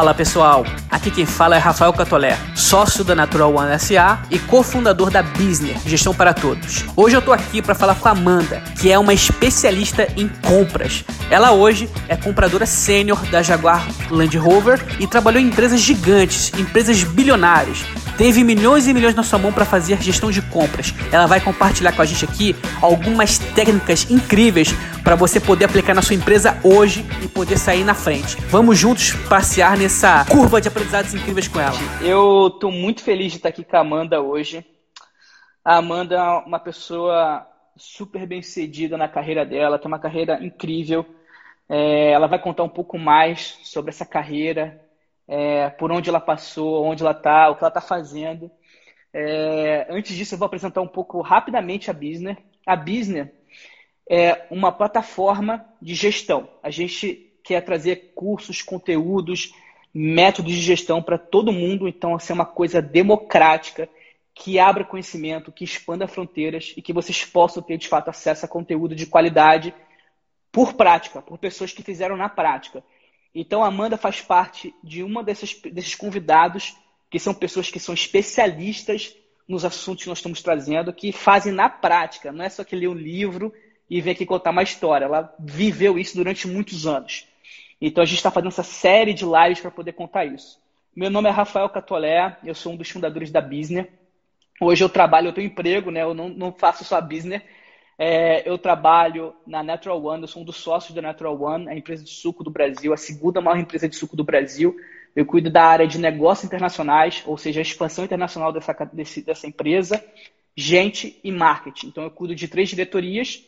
Fala pessoal, aqui quem fala é Rafael Catolé, sócio da Natural One SA e cofundador da Bizner, Gestão para Todos. Hoje eu tô aqui para falar com a Amanda, que é uma especialista em compras. Ela hoje é compradora sênior da Jaguar Land Rover e trabalhou em empresas gigantes, empresas bilionárias. Teve milhões e milhões na sua mão para fazer gestão de compras. Ela vai compartilhar com a gente aqui algumas técnicas incríveis para você poder aplicar na sua empresa hoje e poder sair na frente. Vamos juntos passear nessa curva de aprendizados incríveis com ela. Eu estou muito feliz de estar aqui com a Amanda hoje. A Amanda é uma pessoa super bem-sucedida na carreira dela, tem uma carreira incrível. Ela vai contar um pouco mais sobre essa carreira, por onde ela passou, onde ela está, o que ela está fazendo. Antes disso, eu vou apresentar um pouco rapidamente a Bizner. A Bizner é uma plataforma de gestão. A gente quer trazer cursos, conteúdos, métodos de gestão para todo mundo. Então, assim, é uma coisa democrática, que abra conhecimento, que expanda fronteiras e que vocês possam ter, de fato, acesso a conteúdo de qualidade por prática, por pessoas que fizeram na prática. Então, a Amanda faz parte de uma desses convidados, que são pessoas que são especialistas nos assuntos que nós estamos trazendo, que fazem na prática. Não é só que lê um livro e vem aqui contar uma história. Ela viveu isso durante muitos anos. Então, a gente está fazendo essa série de lives para poder contar isso. Meu nome é Rafael Catolé, eu sou um dos fundadores da Bizner. Hoje eu tenho emprego, né? Eu não faço só a Bizner. Eu trabalho na Natural One, eu sou um dos sócios da Natural One, a empresa de suco do Brasil, a segunda maior empresa de suco do Brasil. Eu cuido da área de negócios internacionais, ou seja, a expansão internacional dessa empresa, gente e marketing. Então, eu cuido de 3 diretorias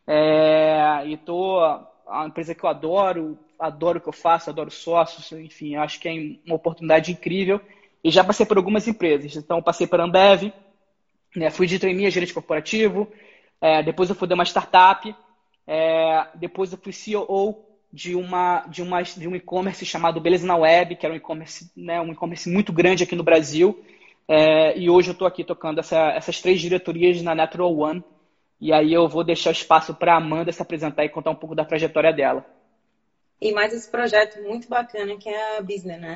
e uma empresa que eu adoro o que eu faço, adoro sócios, enfim, acho que é uma oportunidade incrível. E já passei por algumas empresas. Então, eu passei por Ambev, né, fui de trainee, gerente corporativo. Depois eu fui de uma startup, depois eu fui CEO de um e-commerce chamado Beleza na Web, que era um e-commerce muito grande aqui no Brasil. E hoje eu estou aqui tocando essas 3 diretorias na Natural One. E aí eu vou deixar o espaço para a Amanda se apresentar e contar um pouco da trajetória dela. E mais esse projeto muito bacana que é a Bizner, né?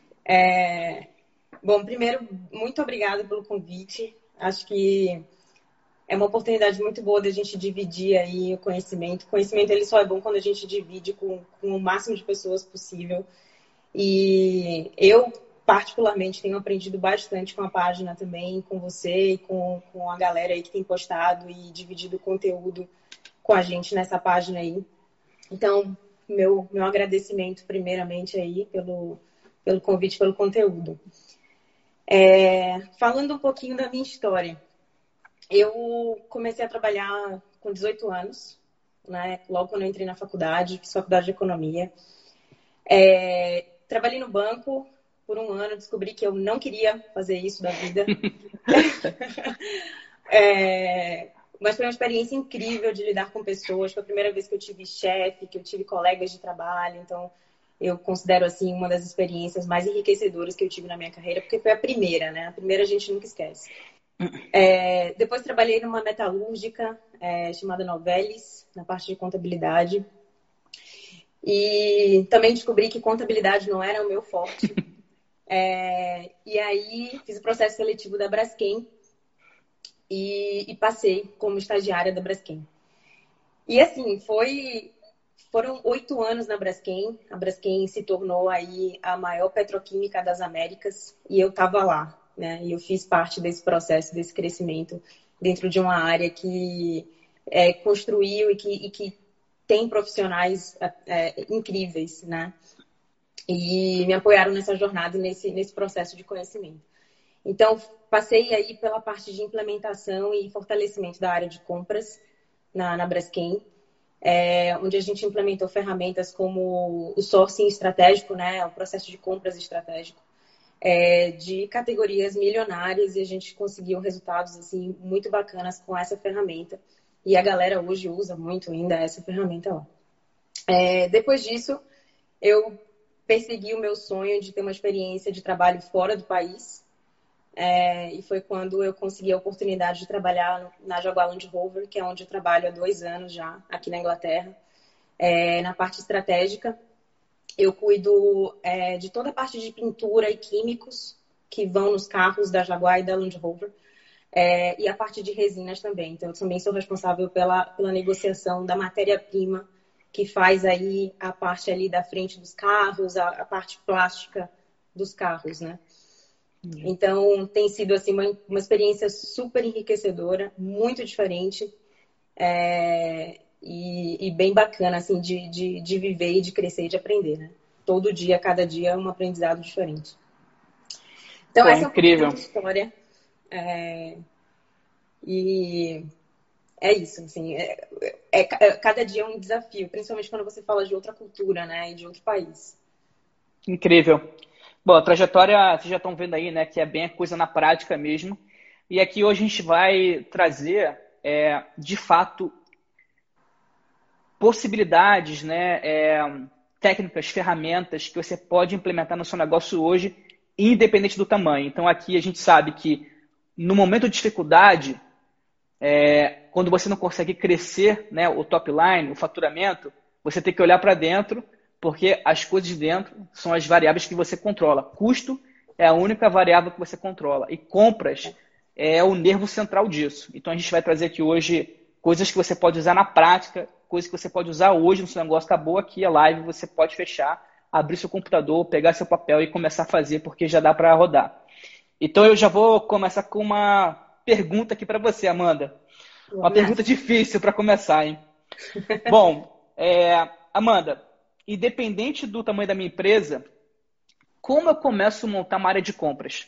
Bom, primeiro, muito obrigada pelo convite. Acho que é uma oportunidade muito boa da gente dividir aí o conhecimento. O conhecimento ele só é bom quando a gente divide com o máximo de pessoas possível. E eu, particularmente, tenho aprendido bastante com a página também, com você e com a galera aí que tem postado e dividido conteúdo com a gente nessa página aí. Então, meu agradecimento primeiramente aí pelo convite, pelo conteúdo. Falando um pouquinho da minha história. Eu comecei a trabalhar com 18 anos, né? Logo quando eu entrei na faculdade, fiz faculdade de economia. Trabalhei no banco por um ano, descobri que eu não queria fazer isso da vida. Mas foi uma experiência incrível de lidar com pessoas. Foi a primeira vez que eu tive chefe, que eu tive colegas de trabalho. Então, eu considero assim uma das experiências mais enriquecedoras que eu tive na minha carreira, porque foi a primeira, né? A primeira a gente nunca esquece. Depois trabalhei numa metalúrgica chamada Novelis, na parte de contabilidade. E também descobri que contabilidade não era o meu forte. E aí fiz o processo seletivo da Braskem e passei como estagiária da Braskem. E assim, foram 8 anos na Braskem. A Braskem se tornou aí a maior petroquímica das Américas e eu estava lá. Né? E eu fiz parte desse processo, desse crescimento dentro de uma área que construiu e que tem profissionais incríveis, né? E me apoiaram nessa jornada e nesse processo de conhecimento. Então, passei aí pela parte de implementação e fortalecimento da área de compras na Braskem, onde a gente implementou ferramentas como o sourcing estratégico, né? O processo de compras estratégico. De categorias milionárias e a gente conseguiu resultados assim, muito bacanas com essa ferramenta. E a galera hoje usa muito ainda essa ferramenta lá. Depois disso, eu persegui o meu sonho de ter uma experiência de trabalho fora do país. E foi quando eu consegui a oportunidade de trabalhar na Jaguar Land Rover, que é onde eu trabalho há 2 anos já, aqui na Inglaterra, na parte estratégica. Eu cuido de toda a parte de pintura e químicos que vão nos carros da Jaguar e da Land Rover. E a parte de resinas também. Então, eu também sou responsável pela negociação da matéria-prima que faz aí a parte ali da frente dos carros, a parte plástica dos carros, né? Então, tem sido assim, uma experiência super enriquecedora, muito diferente e bem bacana assim, de viver e de crescer e de aprender, né? Todo dia, cada dia é um aprendizado diferente. Então, essa é um pouquinho da história. E é isso, assim, cada dia é um desafio, principalmente quando você fala de outra cultura, né, e de outro país. Incrível. Bom, a trajetória, vocês já estão vendo aí, né, que é bem a coisa na prática mesmo. E aqui hoje a gente vai trazer, de fato, possibilidades, né, técnicas, ferramentas que você pode implementar no seu negócio hoje, independente do tamanho. Então aqui a gente sabe que no momento de dificuldade, quando você não consegue crescer, né, o top line, o faturamento, você tem que olhar para dentro, porque as coisas de dentro são as variáveis que você controla. Custo é a única variável que você controla. E compras é o nervo central disso. Então a gente vai trazer aqui hoje coisas que você pode usar na prática, coisas que você pode usar hoje no seu negócio. Acabou aqui a live, você pode fechar, abrir seu computador, pegar seu papel e começar a fazer, porque já dá para rodar. Então eu já vou começar com uma pergunta aqui para você, Amanda. Uma pergunta difícil para começar, hein? Bom, Amanda, independente do tamanho da minha empresa, como eu começo a montar uma área de compras?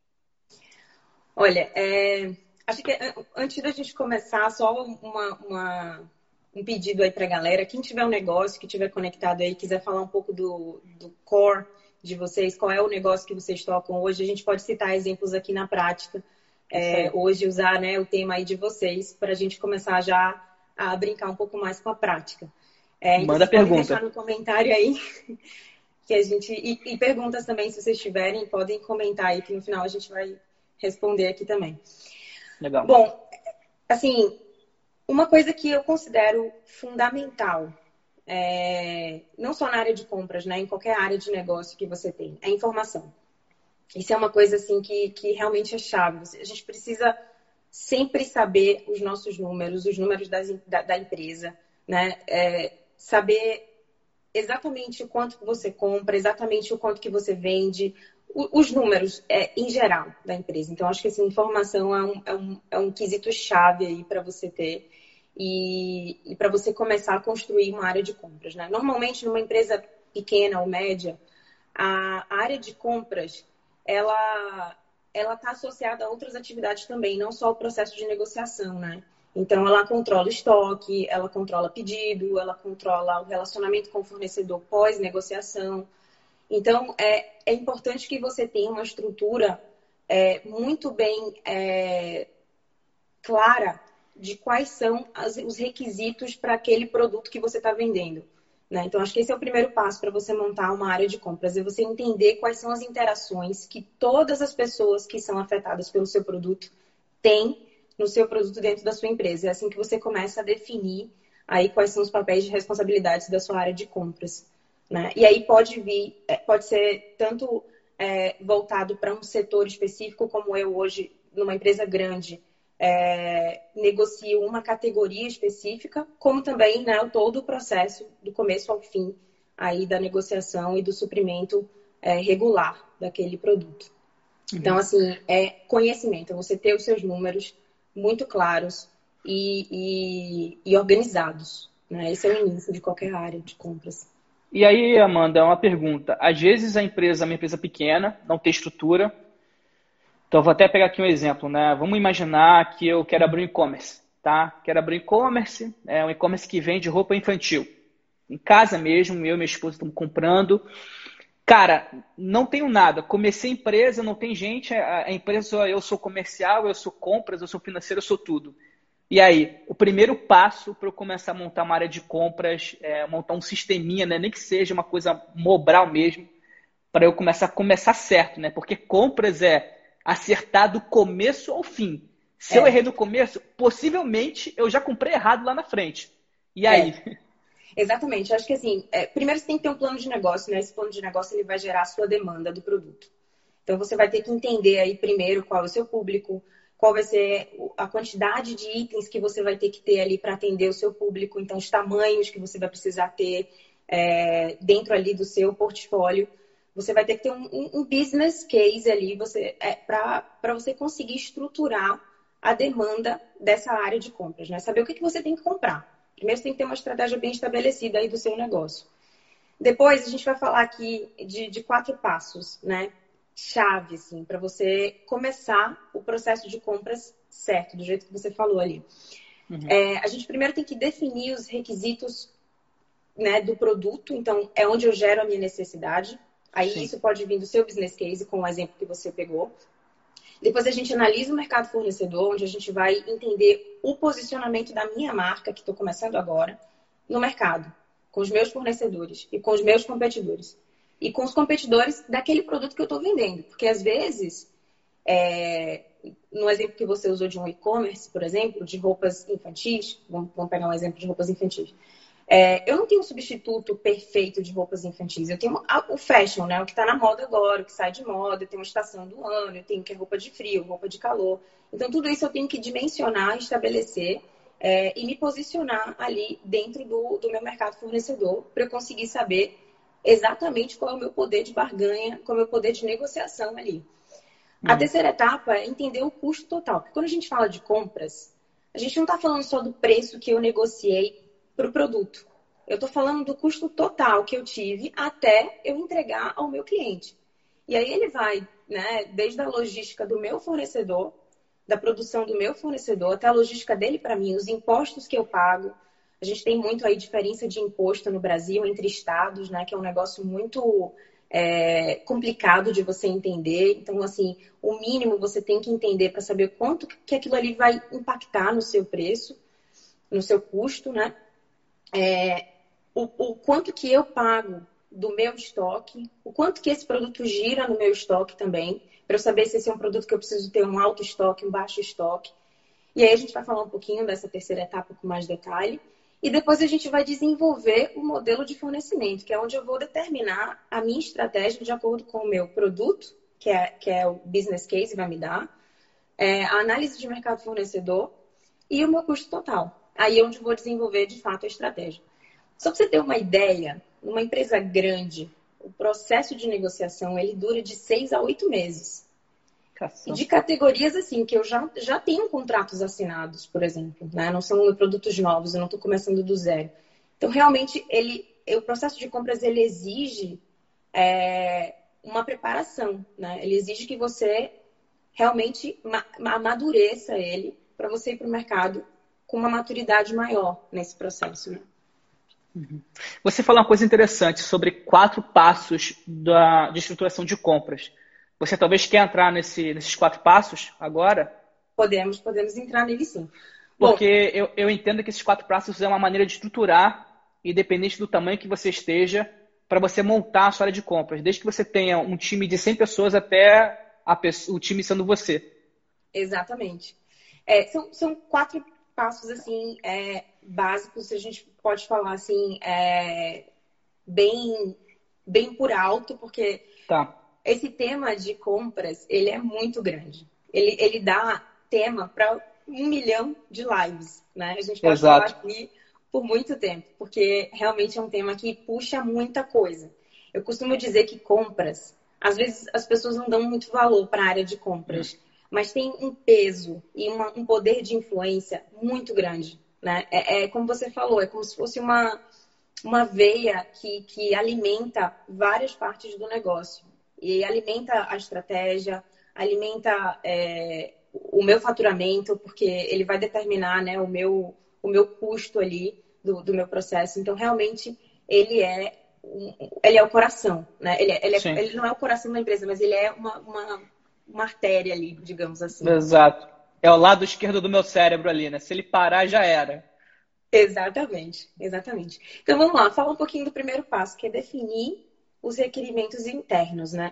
Olha, acho que antes da gente começar, só um pedido aí para a galera. Quem tiver um negócio, que estiver conectado aí, quiser falar um pouco do core de vocês, qual é o negócio que vocês tocam hoje, a gente pode citar exemplos aqui na prática. Hoje usar, né, o tema aí de vocês para a gente começar já a brincar um pouco mais com a prática. Então Manda vocês podem pergunta. deixar no comentário aí que a gente e perguntas também, se vocês tiverem, podem comentar aí que no final a gente vai responder aqui também. Legal. Bom, assim, uma coisa que eu considero fundamental, não só na área de compras, né, em qualquer área de negócio que você tem, é informação. Isso é uma coisa assim que realmente é chave. A gente precisa sempre saber os nossos números, os números da empresa, né? Saber exatamente o quanto que você compra, exatamente o quanto que você vende, os números em geral da empresa. Então, acho que essa informação é um quesito chave aí para você ter e para você começar a construir uma área de compras, né? Normalmente, numa empresa pequena ou média, a área de compras ela está associada a outras atividades também, não só o processo de negociação, né? Então, ela controla estoque, ela controla pedido, ela controla o relacionamento com o fornecedor pós-negociação. Então, é importante que você tenha uma estrutura muito bem clara de quais são os requisitos para aquele produto que você está vendendo. Né? Então, acho que esse é o primeiro passo para você montar uma área de compras, é você entender quais são as interações que todas as pessoas que são afetadas pelo seu produto têm no seu produto dentro da sua empresa. É assim que você começa a definir aí quais são os papéis de responsabilidades da sua área de compras. Né? E aí pode ser tanto voltado para um setor específico, como eu hoje, numa empresa grande, negocio uma categoria específica, como também, né, todo o processo do começo ao fim aí da negociação e do suprimento regular daquele produto. Então, assim, conhecimento, é você ter os seus números muito claros e organizados. Né? Esse é o início de qualquer área de compras. E aí, Amanda, uma pergunta. Às vezes a empresa é uma empresa pequena, não tem estrutura. Então, vou até pegar aqui um exemplo, né? Vamos imaginar que eu quero abrir um e-commerce, tá? Quero abrir um e-commerce, um e-commerce que vende roupa infantil. Em casa mesmo, eu e minha esposa estamos comprando. Cara, não tenho nada. Comecei a empresa, não tem gente. A empresa, eu sou comercial, eu sou compras, eu sou financeiro, eu sou tudo. E aí, o primeiro passo para eu começar a montar uma área de compras, montar um sisteminha, né? Nem que seja uma coisa mobral mesmo, para eu começar certo, né? Porque compras acertar do começo ao fim. Se eu errei no começo, possivelmente eu já comprei errado lá na frente. E aí? Exatamente. Eu acho que assim, primeiro você tem que ter um plano de negócio, né? Esse plano de negócio ele vai gerar a sua demanda do produto. Então você vai ter que entender aí primeiro qual é o seu público, qual vai ser a quantidade de itens que você vai ter que ter ali para atender o seu público, então os tamanhos que você vai precisar ter dentro ali do seu portfólio. Você vai ter que ter um business case ali para você conseguir estruturar a demanda dessa área de compras, né? Saber o que você tem que comprar. Primeiro, você tem que ter uma estratégia bem estabelecida aí do seu negócio. Depois, a gente vai falar aqui de 4 passos, né? Chave, assim, para você começar o processo de compras certo, do jeito que você falou ali. Uhum. A gente primeiro tem que definir os requisitos, né, do produto. Então, é onde eu gero a minha necessidade. Aí, sim, isso pode vir do seu business case, com o exemplo que você pegou. Depois, a gente analisa o mercado fornecedor, onde a gente vai entender o posicionamento da minha marca, que estou começando agora, no mercado, com os meus fornecedores e com os meus competidores. E com os competidores daquele produto que eu estou vendendo. Porque, às vezes, no exemplo que você usou de um e-commerce, por exemplo, de roupas infantis, vamos pegar um exemplo de roupas infantis. Eu não tenho um substituto perfeito de roupas infantis. Eu tenho o fashion, né? O que está na moda agora, o que sai de moda. Eu tenho uma estação do ano, eu tenho que é roupa de frio, roupa de calor. Então, tudo isso eu tenho que dimensionar, estabelecer e me posicionar ali dentro do meu mercado fornecedor para eu conseguir saber exatamente qual é o meu poder de barganha, qual é o meu poder de negociação ali. A terceira etapa é entender o custo total. Porque quando a gente fala de compras, a gente não está falando só do preço que eu negociei para o produto. Eu estou falando do custo total que eu tive até eu entregar ao meu cliente. E aí ele vai, né, desde a logística do meu fornecedor, da produção do meu fornecedor, até a logística dele para mim, os impostos que eu pago. A gente tem muito aí diferença de imposto no Brasil entre estados, né, que é um negócio muito complicado de você entender. Então, assim, o mínimo você tem que entender para saber quanto que aquilo ali vai impactar no seu preço, no seu custo, né? O quanto que eu pago do meu estoque, o quanto que esse produto gira no meu estoque também, para eu saber se esse é um produto que eu preciso ter um alto estoque, um baixo estoque. E aí a gente vai falar um pouquinho dessa terceira etapa com mais detalhe. E depois a gente vai desenvolver o modelo de fornecimento, que é onde eu vou determinar a minha estratégia de acordo com o meu produto, que é o business case vai me dar, a análise de mercado fornecedor e o meu custo total. Aí é onde eu vou desenvolver, de fato, a estratégia. Só para você ter uma ideia, numa empresa grande, o processo de negociação ele dura de 6 a 8 meses. E de categorias assim, que eu já tenho contratos assinados, por exemplo, né? Não são produtos novos, eu não estou começando do zero. Então, realmente, o processo de compras ele exige uma preparação, né? Ele exige que você realmente amadureça ele para você ir para o mercado com uma maturidade maior nesse processo, né? Você falou uma coisa interessante sobre 4 passos de estruturação de compras. Você talvez quer entrar nesses 4 passos agora? Podemos entrar nele sim. Porque eu entendo que esses 4 passos é uma maneira de estruturar, independente do tamanho que você esteja, para você montar a sua área de compras. Desde que você tenha um time de 100 pessoas até o time sendo você. Exatamente. São 4 passos assim, básicos, a gente pode falar assim, bem por alto, porque esse tema de compras, ele é muito grande. Ele dá tema para 1 milhão de lives, né? A gente pode falar aqui por muito tempo, porque realmente é um tema que puxa muita coisa. Eu costumo dizer que compras, às vezes as pessoas não dão muito valor para a área de compras, mas tem um peso e um poder de influência muito grande, né? Como você falou, é como se fosse uma veia que alimenta várias partes do negócio. E alimenta a estratégia, alimenta o meu faturamento, porque ele vai determinar, né, o meu custo ali do meu processo. Então, realmente, ele é o coração, né? Ele não é o coração da empresa, mas ele é uma artéria ali, digamos assim. Exato. É o lado esquerdo do meu cérebro ali, né? Se ele parar, já era. Exatamente. Então, vamos lá. Fala um pouquinho do primeiro passo, que é definir os requerimentos internos, né?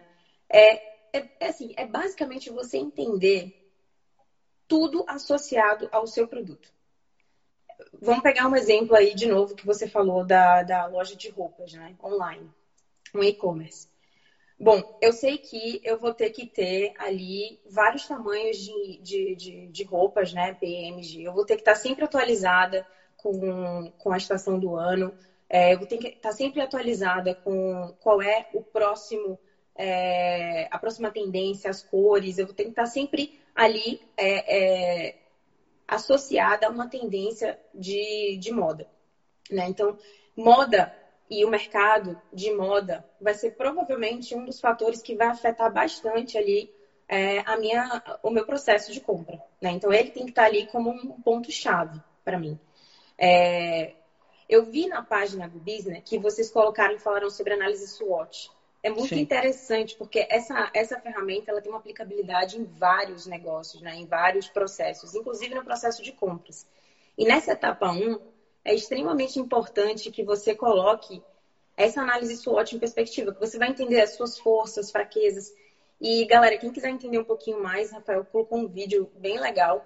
É basicamente você entender tudo associado ao seu produto. Vamos pegar um exemplo aí de novo que você falou da loja de roupas, né? Online, um e-commerce. Bom, eu sei que eu vou ter que ter ali vários tamanhos de roupas, né? PMG. Eu vou ter que estar sempre atualizada com a estação do ano. Eu vou ter que estar sempre atualizada com qual é o próximo, a próxima tendência, as cores. Eu vou ter que estar sempre ali associada a uma tendência de moda, né? Então, moda e o mercado de moda vai ser provavelmente um dos fatores que vai afetar bastante ali o meu processo de compra, né? Então, ele tem que estar ali como um ponto-chave para mim. Eu vi na página do Business que vocês colocaram e falaram sobre análise SWOT. É muito interessante, porque essa ferramenta ela tem uma aplicabilidade em vários negócios, né? Em vários processos, inclusive no processo de compras. E nessa etapa 1, é extremamente importante que você coloque essa análise SWOT em perspectiva, que você vai entender as suas forças, fraquezas. E, galera, quem quiser entender um pouquinho mais, Rafael colocou um vídeo bem legal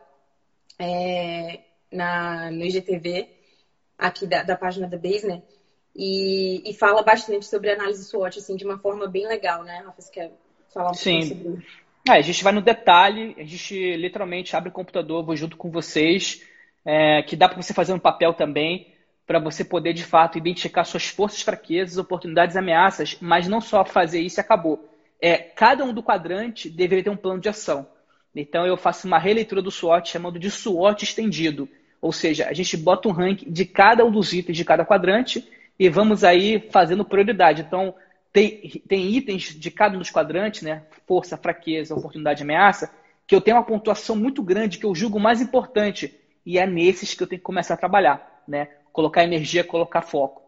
no IGTV, aqui da página da Business, e fala bastante sobre análise SWOT, assim, de uma forma bem legal, né, Rafa? Você quer falar um pouquinho sobre isso? A gente vai no detalhe, a gente literalmente abre o computador, vou junto com vocês, que dá para você fazer no papel também, para você poder, de fato, identificar suas forças, fraquezas, oportunidades e ameaças, mas não só fazer isso e acabou. Cada um do quadrante deveria ter um plano de ação. Então, eu faço uma releitura do SWOT, chamando de SWOT estendido. Ou seja, a gente bota um ranking de cada um dos itens de cada quadrante e vamos aí fazendo prioridade. Então, tem itens de cada um dos quadrantes, né? Força, fraqueza, oportunidade e ameaça, que eu tenho uma pontuação muito grande, que eu julgo mais importante. E é nesses que eu tenho que começar a trabalhar, né? Colocar energia, colocar foco.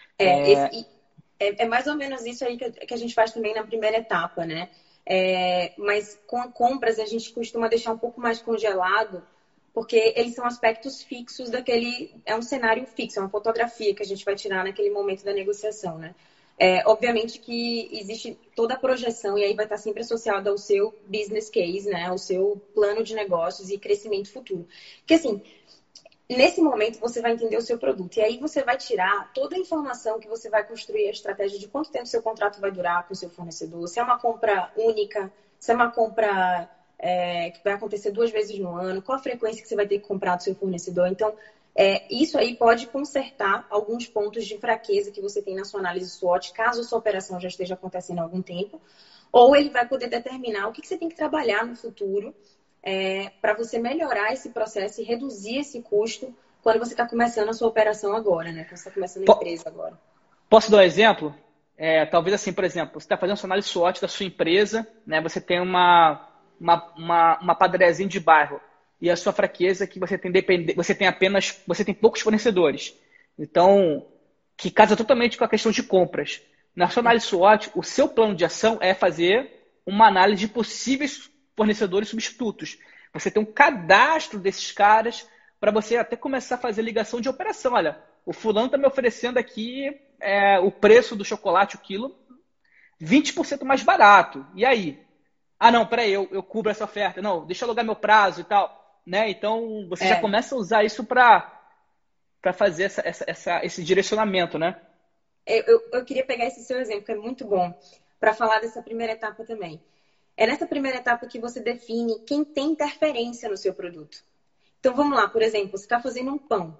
É mais ou menos isso aí que a gente faz também na primeira etapa, né? Mas com compras a gente costuma deixar um pouco mais congelado, porque eles são aspectos fixos daquele... É um cenário fixo, é uma fotografia que a gente vai tirar naquele momento da negociação, né? Obviamente que existe toda a projeção e aí vai estar sempre associada ao seu business case, né? Ao seu plano de negócios e crescimento futuro. Porque assim, nesse momento você vai entender o seu produto e aí você vai tirar toda a informação que você vai construir a estratégia de quanto tempo o seu contrato vai durar com o seu fornecedor, se é uma compra única, se é uma compra que vai acontecer 2 vezes no ano, qual a frequência que você vai ter que comprar do seu fornecedor. Então, isso aí pode consertar alguns pontos de fraqueza que você tem na sua análise SWOT, caso a sua operação já esteja acontecendo há algum tempo, ou ele vai poder determinar o que você tem que trabalhar no futuro para você melhorar esse processo e reduzir esse custo quando você está começando a sua operação agora, né? Quando você está começando a empresa agora. Posso dar um exemplo? Talvez assim, por exemplo, você está fazendo sua análise SWOT da sua empresa, né? Você tem uma padarezinha de bairro e a sua fraqueza é que você tem poucos fornecedores. Então, que casa totalmente com a questão de compras. Na sua análise SWOT, o seu plano de ação é fazer uma análise de possíveis fornecedores substitutos. Você tem um cadastro desses caras para você até começar a fazer ligação de operação. Olha, o fulano está me oferecendo aqui o preço do chocolate, o quilo, 20% mais barato. E aí? Ah, não, peraí, eu cubro essa oferta. Não, deixa eu alugar meu prazo e tal. Né? Então, você já começa a usar isso para fazer esse direcionamento, né? Eu queria pegar esse seu exemplo, que é muito bom, para falar dessa primeira etapa também. É nessa primeira etapa que você define quem tem interferência no seu produto. Então, vamos lá, por exemplo, você está fazendo um pão.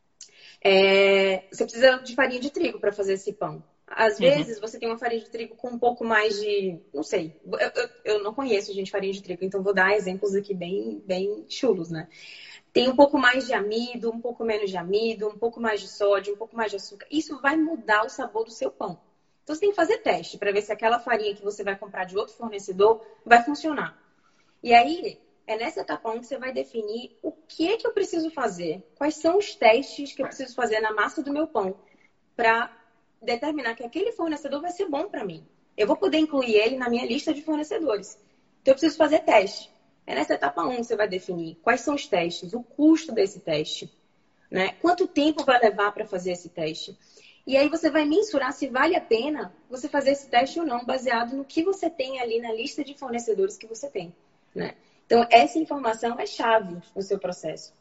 Você precisa de farinha de trigo para fazer esse pão. Às vezes, você tem uma farinha de trigo com um pouco mais de... Não sei, eu não conheço, gente, farinha de trigo, então vou dar exemplos aqui bem, bem chulos, né? Tem um pouco mais de amido, um pouco menos de amido, um pouco mais de sódio, um pouco mais de açúcar. Isso vai mudar o sabor do seu pão. Então, você tem que fazer teste para ver se aquela farinha que você vai comprar de outro fornecedor vai funcionar. E aí, é nessa etapa onde você vai definir o que é que eu preciso fazer, quais são os testes que eu preciso fazer na massa do meu pão para determinar que aquele fornecedor vai ser bom para mim. Eu vou poder incluir ele na minha lista de fornecedores. Então, eu preciso fazer teste. É nessa etapa 1 que você vai definir quais são os testes, o custo desse teste, né? Quanto tempo vai levar para fazer esse teste. E aí você vai mensurar se vale a pena você fazer esse teste ou não, baseado no que você tem ali na lista de fornecedores que você tem, né? Então, essa informação é chave no seu processo.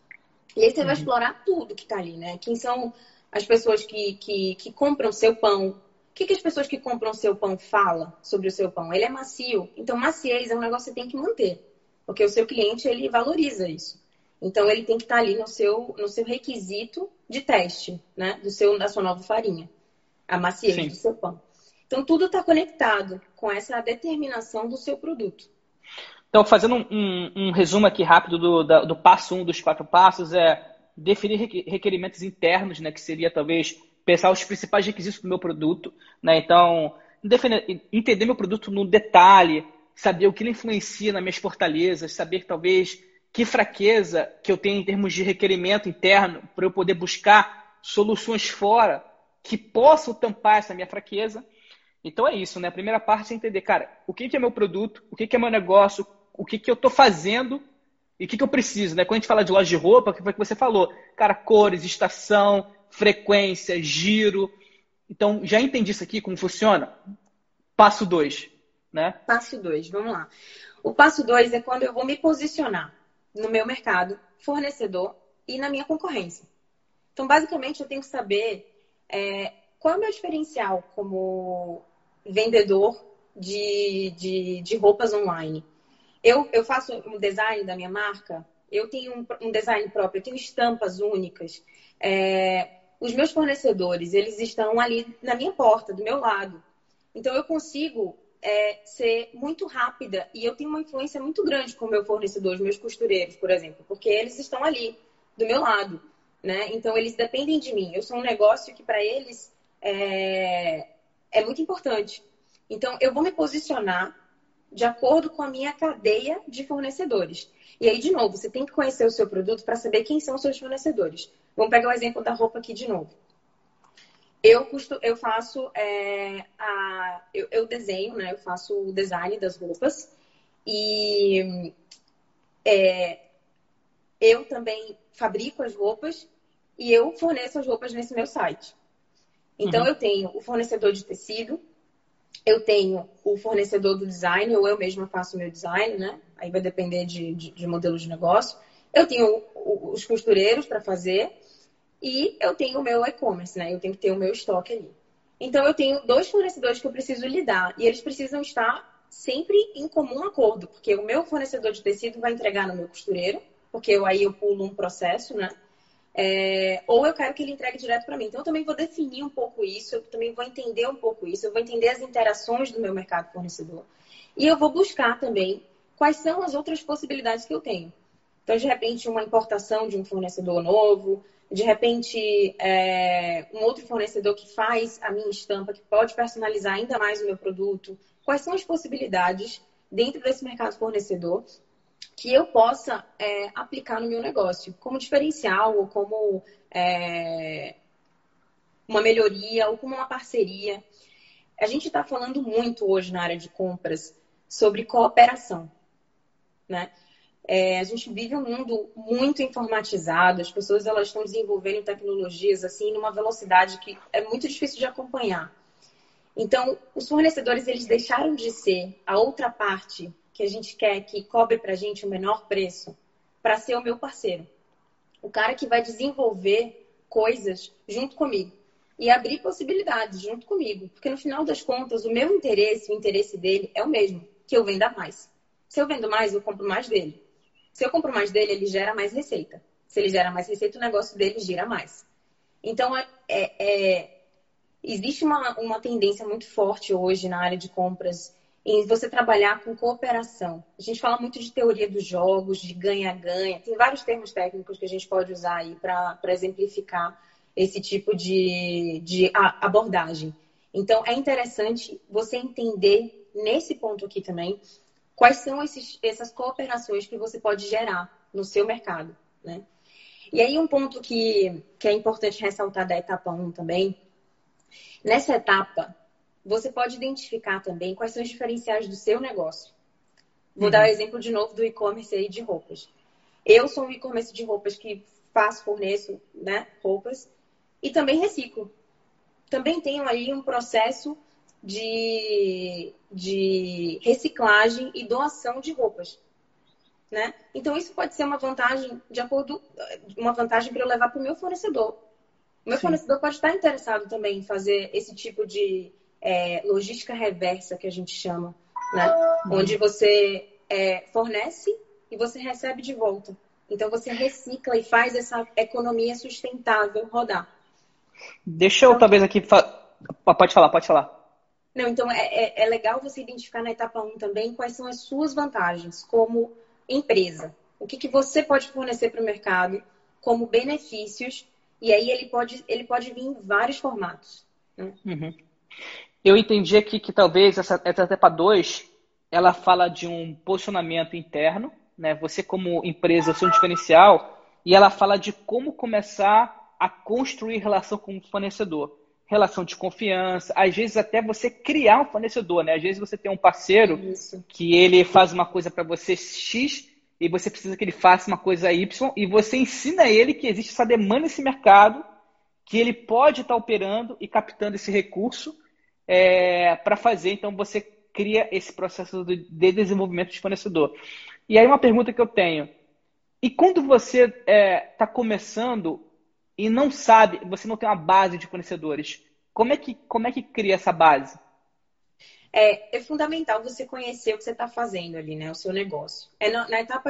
E aí você vai explorar tudo que tá ali, né? Quem são as pessoas que compram seu pão? O que as pessoas que compram seu pão falam sobre o seu pão? Ele é macio. Então, maciez é um negócio que você tem que manter. Porque o seu cliente, ele valoriza isso. Então, ele tem que estar ali no seu requisito de teste, né? Da sua nova farinha. A maciez do seu pão. Então, tudo está conectado com essa determinação do seu produto. Então, fazendo um resumo aqui rápido do passo 1 dos 4 passos, é definir requerimentos internos, né, que seria talvez pensar os principais requisitos do meu produto, né? Então, entender meu produto no detalhe, saber o que ele influencia nas minhas fortalezas, saber talvez que fraqueza que eu tenho em termos de requerimento interno para eu poder buscar soluções fora que possam tampar essa minha fraqueza. Então é isso, né? A primeira parte é entender, cara, o que é meu produto, o que é meu negócio, o que eu estou fazendo e o que eu preciso, né? Quando a gente fala de loja de roupa, o que foi que você falou? Cara, cores, estação, frequência, giro. Então, já entendi isso aqui, como funciona? Passo 2, né? Passo 2, vamos lá. O passo 2 é quando eu vou me posicionar no meu mercado, fornecedor e na minha concorrência. Então, basicamente, eu tenho que saber qual é o meu diferencial como vendedor de roupas online. Eu faço um design da minha marca, eu tenho um design próprio, eu tenho estampas únicas. Os meus fornecedores, eles estão ali na minha porta, do meu lado. Então, eu consigo ser muito rápida e eu tenho uma influência muito grande com o meu fornecedor, os meus costureiros, por exemplo, porque eles estão ali, do meu lado, né? Então, eles dependem de mim. Eu sou um negócio que, para eles, é muito importante. Então, eu vou me posicionar de acordo com a minha cadeia de fornecedores. E aí, de novo, você tem que conhecer o seu produto para saber quem são os seus fornecedores. Vamos pegar o exemplo da roupa aqui de novo. Eu faço eu desenho, né? Eu faço o design das roupas e eu também fabrico as roupas e eu forneço as roupas nesse meu site. Então, eu tenho o fornecedor de tecido, eu tenho o fornecedor do design, ou eu mesma faço o meu design, né? Aí vai depender de modelo de negócio. Eu tenho os costureiros para fazer e eu tenho o meu e-commerce, né? Eu tenho que ter o meu estoque ali. Então, eu tenho 2 fornecedores que eu preciso lidar e eles precisam estar sempre em comum acordo, porque o meu fornecedor de tecido vai entregar no meu costureiro, porque aí eu pulo um processo, né? Ou eu quero que ele entregue direto para mim. Então, eu também vou definir um pouco isso, eu também vou entender um pouco isso, eu vou entender as interações do meu mercado fornecedor. E eu vou buscar também quais são as outras possibilidades que eu tenho. Então, de repente, uma importação de um fornecedor novo, de repente, um outro fornecedor que faz a minha estampa, que pode personalizar ainda mais o meu produto. Quais são as possibilidades dentro desse mercado fornecedor que eu possa aplicar no meu negócio, como diferencial, ou como uma melhoria, ou como uma parceria. A gente está falando muito hoje na área de compras sobre cooperação, né? A gente vive um mundo muito informatizado, as pessoas elas estão desenvolvendo tecnologias assim numa velocidade que é muito difícil de acompanhar. Então, os fornecedores eles deixaram de ser a outra parte que a gente quer que cobre para a gente o menor preço, para ser o meu parceiro. O cara que vai desenvolver coisas junto comigo e abrir possibilidades junto comigo. Porque no final das contas, o meu interesse, o interesse dele é o mesmo, que eu venda mais. Se eu vendo mais, eu compro mais dele. Se eu compro mais dele, ele gera mais receita. Se ele gera mais receita, o negócio dele gira mais. Então, existe uma tendência muito forte hoje na área de compras em você trabalhar com cooperação. A gente fala muito de teoria dos jogos, de ganha-ganha. Tem vários termos técnicos que a gente pode usar aí para exemplificar esse tipo de abordagem. Então, é interessante você entender, nesse ponto aqui também, quais são essas cooperações que você pode gerar no seu mercado, né? E aí, um ponto que é importante ressaltar da etapa 1 também, nessa etapa, você pode identificar também quais são os diferenciais do seu negócio. Vou dar o exemplo de novo do e-commerce aí de roupas. Eu sou um e-commerce de roupas que forneço, né, roupas e também reciclo. Também tenho aí um processo de reciclagem e doação de roupas. né? Então, isso pode ser uma vantagem uma vantagem para eu levar para o meu fornecedor. O meu fornecedor pode estar interessado também em fazer esse tipo de logística reversa, que a gente chama, né? Onde você fornece e você recebe de volta. Então, você recicla e faz essa economia sustentável rodar. Deixa eu talvez aqui... Pode falar. Não, então, é legal você identificar na etapa 1 também quais são as suas vantagens como empresa. O que você pode fornecer para o mercado como benefícios. E aí ele pode vir em vários formatos. Né? Uhum. Eu entendi aqui que talvez essa etapa 2, ela fala de um posicionamento interno, né? Você como empresa, o seu diferencial, e ela fala de como começar a construir relação com o fornecedor. Relação de confiança, às vezes até você criar um fornecedor, né? Às vezes você tem um parceiro que ele faz uma coisa para você X e você precisa que ele faça uma coisa Y e você ensina a ele que existe essa demanda nesse mercado, que ele pode estar operando e captando esse recurso para fazer. Então, você cria esse processo de desenvolvimento de fornecedor. E aí, uma pergunta que eu tenho. E quando você está começando e não sabe, você não tem uma base de fornecedores, como é que cria essa base? É fundamental você conhecer o que você está fazendo ali, né? O seu negócio. Na etapa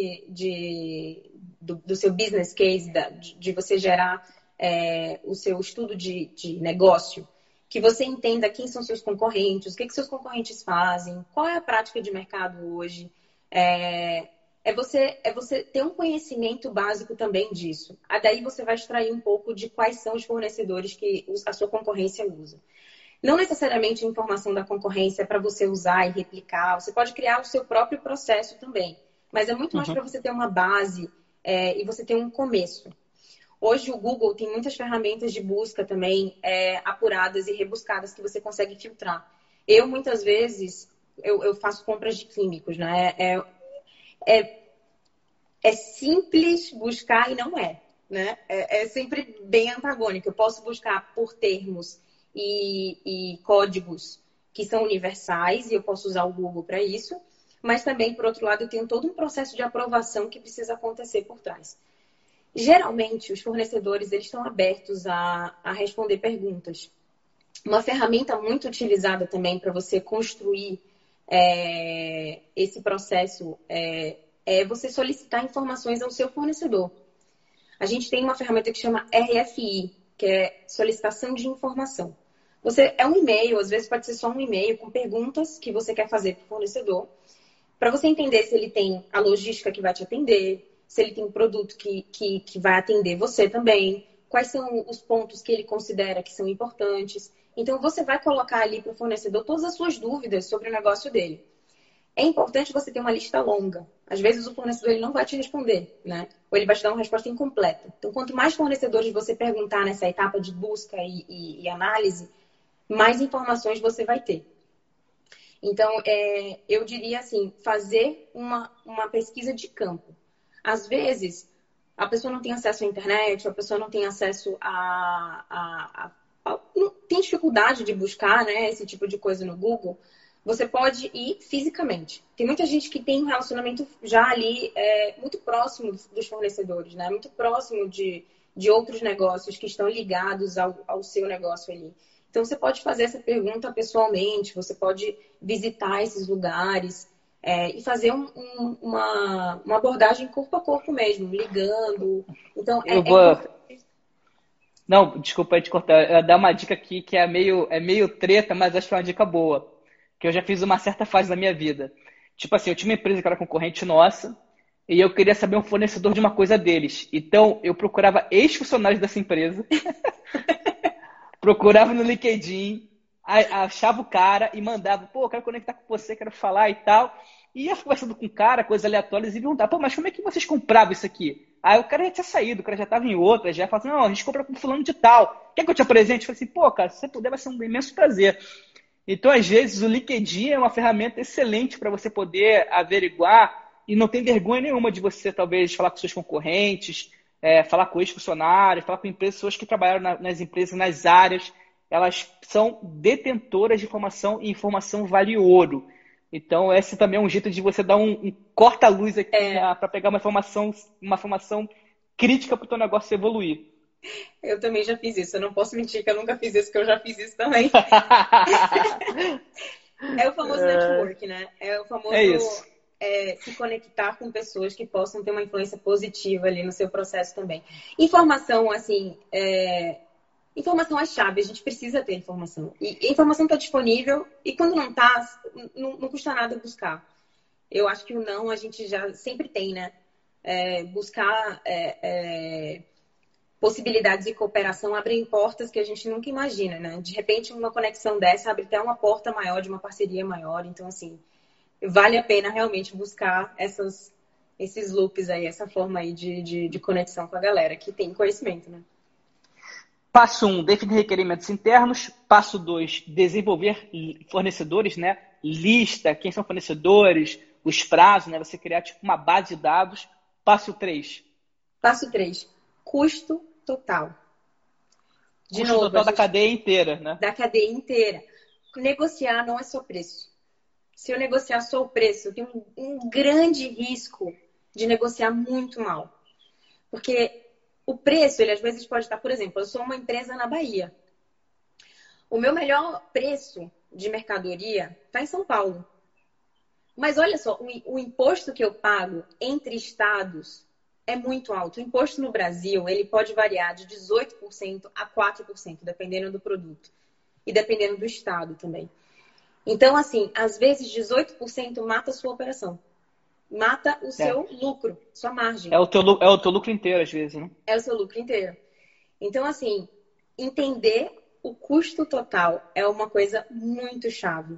do seu business case, de você gerar o seu estudo de negócio, que você entenda quem são seus concorrentes, o que seus concorrentes fazem, qual é a prática de mercado hoje. É você ter um conhecimento básico também disso. Daí você vai extrair um pouco de quais são os fornecedores que a sua concorrência usa. Não necessariamente a informação da concorrência é para você usar e replicar. Você pode criar o seu próprio processo também. Mas é muito mais para você ter uma base e você ter um começo. Hoje o Google tem muitas ferramentas de busca também apuradas e rebuscadas que você consegue filtrar. Eu, muitas vezes, eu faço compras de químicos, né? É simples buscar e não é, né? É sempre bem antagônico. Eu posso buscar por termos e códigos que são universais e eu posso usar o Google para isso, mas também, por outro lado, eu tenho todo um processo de aprovação que precisa acontecer por trás. Geralmente, os fornecedores eles estão abertos a responder perguntas. Uma ferramenta muito utilizada também para você construir esse processo é você solicitar informações ao seu fornecedor. A gente tem uma ferramenta que chama RFI, que é solicitação de informação. É um e-mail, às vezes pode ser só um e-mail com perguntas que você quer fazer para o fornecedor, para você entender se ele tem a logística que vai te atender, se ele tem um produto que vai atender você também, quais são os pontos que ele considera que são importantes. Então, você vai colocar ali para o fornecedor todas as suas dúvidas sobre o negócio dele. É importante você ter uma lista longa. Às vezes, o fornecedor ele não vai te responder, né? Ou ele vai te dar uma resposta incompleta. Então, quanto mais fornecedores você perguntar nessa etapa de busca e análise, mais informações você vai ter. Então, eu diria assim, fazer uma pesquisa de campo. Às vezes, a pessoa não tem acesso à internet, a pessoa não tem acesso tem dificuldade de buscar, né, esse tipo de coisa no Google. Você pode ir fisicamente. Tem muita gente que tem um relacionamento já ali muito próximo dos fornecedores, né? Muito próximo de outros negócios que estão ligados ao seu negócio ali. Então, você pode fazer essa pergunta pessoalmente, você pode visitar esses lugares e fazer uma abordagem corpo a corpo mesmo, ligando. Então, Não, desculpa te cortar. Eu vou dar uma dica aqui que é meio treta, mas acho que é uma dica boa. Que eu já fiz uma certa fase da minha vida. Tipo assim, eu tinha uma empresa que era concorrente nossa e eu queria saber um fornecedor de uma coisa deles. Então, eu procurava ex-funcionários dessa empresa, procurava no LinkedIn, achava o cara e mandava, pô, eu quero conectar com você, quero falar e tal. E ia conversando com o cara, coisas aleatórias, e perguntava, pô, mas como é que vocês compravam isso aqui? Aí o cara já tinha saído, o cara já estava em outra, já falava assim, não, a gente compra com fulano de tal. Quer que eu te apresente? Eu falei assim, pô, cara, se você puder, vai ser um imenso prazer. Então, às vezes, o LinkedIn é uma ferramenta excelente para você poder averiguar e não tem vergonha nenhuma de você, talvez, falar com seus concorrentes, falar com ex-funcionários, falar com pessoas que trabalharam nas empresas, nas áreas. Elas são detentoras de informação e informação vale ouro. Então, esse também é um jeito de você dar um corta-luz aqui para pegar uma informação crítica para o teu negócio evoluir. Eu também já fiz isso. Eu não posso mentir que eu nunca fiz isso, que eu já fiz isso também. É o famoso network, né? É o famoso se conectar com pessoas que possam ter uma influência positiva ali no seu processo também. Informação, assim, informação é chave. A gente precisa ter informação. E a informação está disponível e quando não está, não custa nada buscar. Eu acho que o não a gente já sempre tem, né? Buscar possibilidades de cooperação abrem portas que a gente nunca imagina, né? De repente, uma conexão dessa abre até uma porta maior, de uma parceria maior. Então, assim, vale a pena realmente buscar esses loops aí, essa forma aí de conexão com a galera que tem conhecimento, né? Passo 1, definir requerimentos internos. Passo 2, desenvolver fornecedores, né? Lista, quem são fornecedores, os prazos, né? Você criar tipo uma base de dados. Passo 3. Passo 3, custo total. Custo total da cadeia inteira, né? Da cadeia inteira. Negociar não é só preço. Se eu negociar só o preço, eu tenho um grande risco de negociar muito mal. Porque o preço, ele às vezes pode estar, por exemplo, eu sou uma empresa na Bahia. O meu melhor preço de mercadoria está em São Paulo. Mas olha só, o imposto que eu pago entre estados é muito alto. O imposto no Brasil, ele pode variar de 18% a 4%, dependendo do produto. E dependendo do estado também. Então, assim, às vezes 18% mata a sua operação. Mata o seu lucro, sua margem. É o teu lucro inteiro, às vezes, né? É o seu lucro inteiro. Então, assim, entender o custo total é uma coisa muito chave.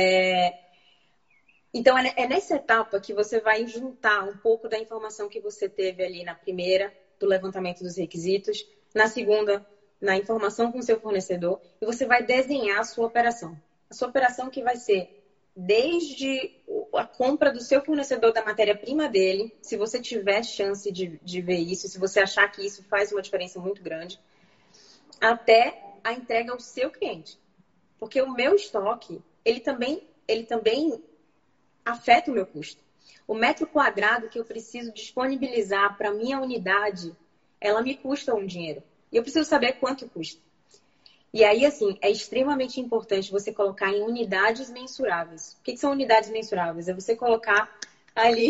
Então, é nessa etapa que você vai juntar um pouco da informação que você teve ali na primeira, do levantamento dos requisitos, na segunda, na informação com o seu fornecedor, e você vai desenhar a sua operação. A sua operação que vai ser desde a compra do seu fornecedor da matéria-prima dele, se você tiver chance de ver isso, se você achar que isso faz uma diferença muito grande, até a entrega ao seu cliente. Porque o meu estoque, ele também afeta o meu custo. O metro quadrado que eu preciso disponibilizar para a minha unidade, ela me custa um dinheiro. E eu preciso saber quanto custa. E aí, assim, é extremamente importante você colocar em unidades mensuráveis. O que são unidades mensuráveis? É você colocar ali...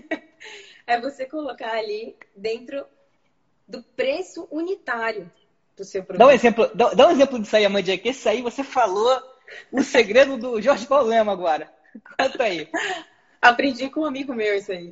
dentro do preço unitário do seu produto. Dá um exemplo disso aí, Amandinha, que esse aí você falou o segredo do Jorge Paulo Lema agora. Conta aí. Aprendi com um amigo meu isso aí.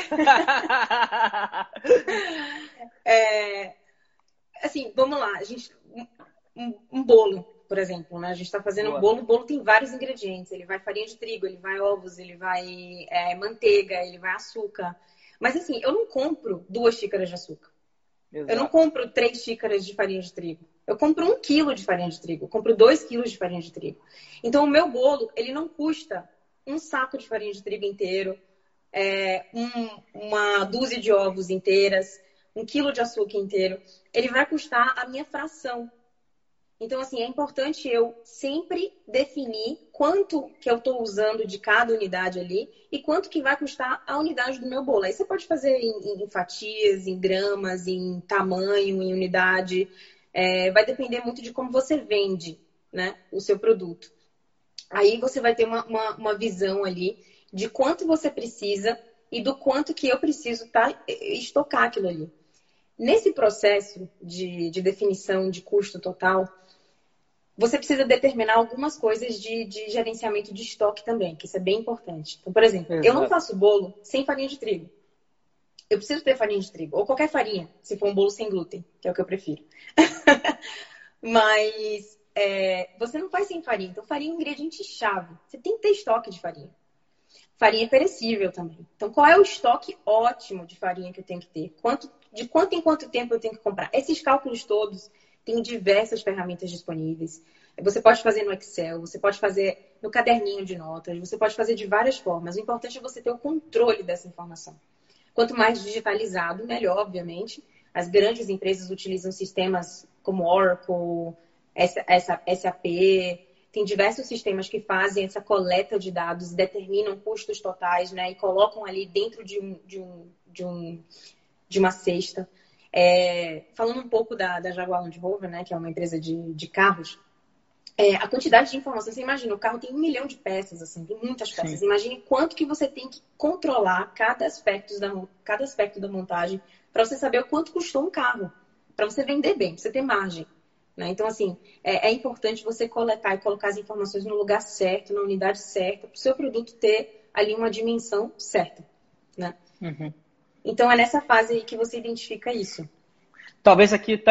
Assim, vamos lá. Um bolo, por exemplo, né? A gente está fazendo um bolo. O bolo tem vários ingredientes. Ele vai farinha de trigo, ele vai ovos, ele vai manteiga, ele vai açúcar. Mas assim, eu não compro 2 xícaras de açúcar. Exato. Eu não compro 3 xícaras de farinha de trigo. Eu compro 1 quilo de farinha de trigo. Eu compro 2 quilos de farinha de trigo. Então, o meu bolo, ele não custa um saco de farinha de trigo inteiro, uma dúzia de ovos inteiras, 1 quilo de açúcar inteiro. Ele vai custar a minha fração. Então, assim, é importante eu sempre definir quanto que eu estou usando de cada unidade ali e quanto que vai custar a unidade do meu bolo. Aí você pode fazer em fatias, em gramas, em tamanho, em unidade. Vai depender muito de como você vende, né, o seu produto. Aí você vai ter uma visão ali de quanto você precisa e do quanto que eu preciso estocar aquilo ali. Nesse processo de definição de custo total, você precisa determinar algumas coisas de gerenciamento de estoque também, que isso é bem importante. Então, por exemplo, eu não faço bolo sem farinha de trigo. Eu preciso ter farinha de trigo, ou qualquer farinha, se for um bolo sem glúten, que é o que eu prefiro. Mas você não faz sem farinha. Então, farinha é um ingrediente-chave. Você tem que ter estoque de farinha. Farinha é perecível também. Então, qual é o estoque ótimo de farinha que eu tenho que ter? De quanto em quanto tempo eu tenho que comprar? Esses cálculos todos tem diversas ferramentas disponíveis. Você pode fazer no Excel, você pode fazer no caderninho de notas, você pode fazer de várias formas. O importante é você ter o controle dessa informação. Quanto mais digitalizado, melhor, obviamente. As grandes empresas utilizam sistemas como Oracle, SAP, Tem diversos sistemas que fazem essa coleta de dados e determinam custos totais, né? E colocam ali dentro de uma cesta. Falando um pouco da Jaguar Land Rover, né? Que é uma empresa de carros. A quantidade de informação, você imagina, o carro tem 1 milhão de peças, assim, tem muitas peças. Sim. Imagine quanto que você tem que controlar cada aspecto da montagem para você saber o quanto custou um carro, para você vender bem, para você ter margem. Né? Então, assim, é importante você coletar e colocar as informações no lugar certo, na unidade certa, para o seu produto ter ali uma dimensão certa. Né? Uhum. Então, é nessa fase aí que você identifica isso. Talvez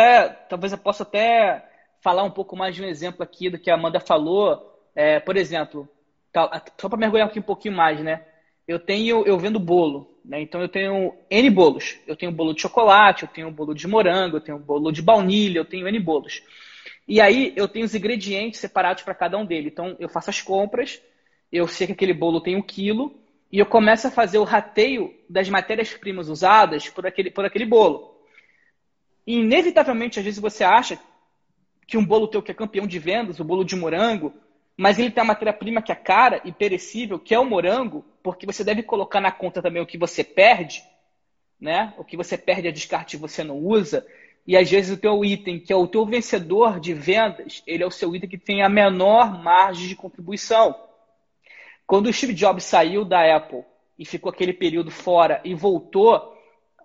eu possa até falar um pouco mais de um exemplo aqui do que a Amanda falou. Por exemplo, só para mergulhar aqui um pouquinho mais, né? Eu vendo bolo, né? Então eu tenho N bolos. Eu tenho bolo de chocolate, eu tenho bolo de morango, eu tenho bolo de baunilha, eu tenho N bolos. E aí eu tenho os ingredientes separados para cada um deles. Então eu faço as compras, eu sei que aquele bolo tem 1 quilo e eu começo a fazer o rateio das matérias-primas usadas por aquele bolo. E inevitavelmente, às vezes você acha que um bolo teu que é campeão de vendas, o bolo de morango, mas ele tem a matéria-prima que é cara e perecível, que é o morango, porque você deve colocar na conta também o que você perde, né? O que você perde é descarte e você não usa. E às vezes o teu item, que é o teu vencedor de vendas, ele é o seu item que tem a menor margem de contribuição. Quando o Steve Jobs saiu da Apple e ficou aquele período fora e voltou,